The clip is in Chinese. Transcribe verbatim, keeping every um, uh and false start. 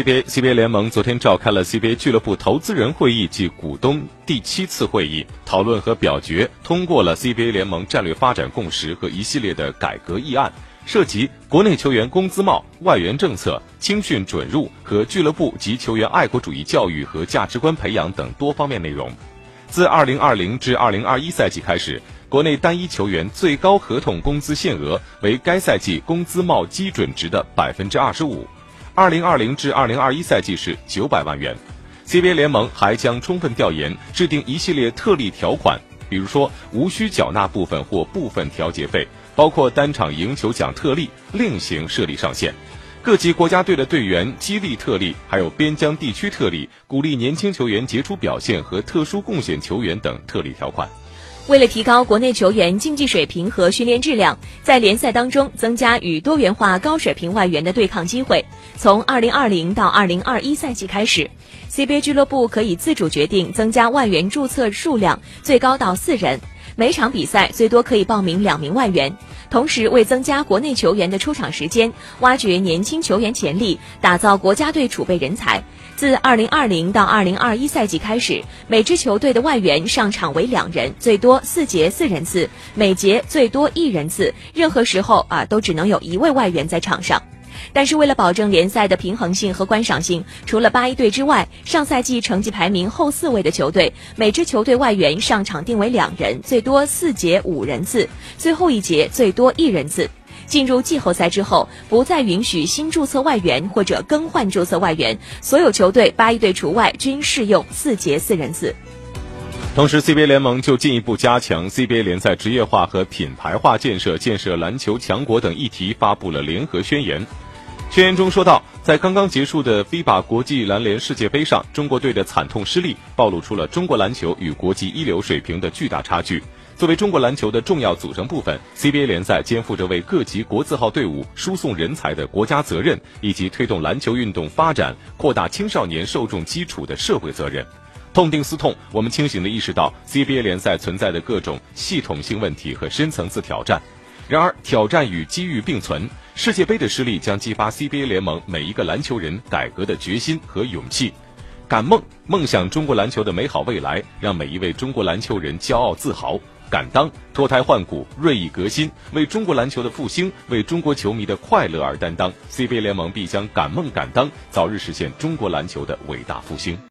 C B A C B A 联盟昨天召开了 C B A 俱乐部投资人会议及股东第七次会议，讨论和表决通过了 C B A 联盟战略发展共识和一系列的改革议案，涉及国内球员工资帽、外援政策、青训准入和俱乐部及球员爱国主义教育和价值观培养等多方面内容。自二零二零至二零二一赛季开始，国内单一球员最高合同工资限额为该赛季工资帽基准值的 百分之二十五。二零二零至二零二一赛季是九百万元。C B A 联盟还将充分调研，制定一系列特例条款，比如说无需缴纳部分或部分调节费，包括单场赢球奖特例另行设立上限，各级国家队的队员激励特例，还有边疆地区特例，鼓励年轻球员杰出表现和特殊贡献球员等特例条款。 为了提高国内球员竞技水平和训练质量，在联赛当中增加与多元化高水平外援的对抗机会，从二零二零到二零二一赛季开始， C B A 俱乐部可以自主决定增加外援注册数量，最高到四人，每场比赛最多可以报名两名外援。同时为增加国内球员的出场时间，挖掘年轻球员潜力，打造国家队储备人才，自二零二零到二零二一赛季开始，每支球队的外援上场为两人，最多四节四人次，每节最多一人次，任何时候啊都只能有一位外援在场上。但是为了保证联赛的平衡性和观赏性，除了八一队之外，上赛季成绩排名后四位的球队，每支球队外援上场定为两人，最多四节五人次，最后一节最多一人次。进入季后赛之后，不再允许新注册外援或者更换注册外援，所有球队八一队除外均适用四节四人次。 同时 C B A 联盟就进一步加强 C B A 联赛职业化和品牌化建设、建设篮球强国等议题发布了联合宣言。宣言中说到，在刚刚结束的 F I B A 国际篮联世界杯上，中国队的惨痛失利暴露出了中国篮球与国际一流水平的巨大差距。作为中国篮球的重要组成部分， C B A 联赛肩负着为各级国字号队伍输送人才的国家责任，以及推动篮球运动发展、扩大青少年受众基础的社会责任。痛定思痛，我们清醒地意识到 C B A 联赛存在的各种系统性问题和深层次挑战。然而，挑战与机遇并存，世界杯的失利将激发 C B A 联盟每一个篮球人改革的决心和勇气。敢梦，梦想中国篮球的美好未来，让每一位中国篮球人骄傲自豪。敢当，脱胎换骨，锐意革新，为中国篮球的复兴，为中国球迷的快乐而担当。C B A 联盟必将敢梦敢当，早日实现中国篮球的伟大复兴。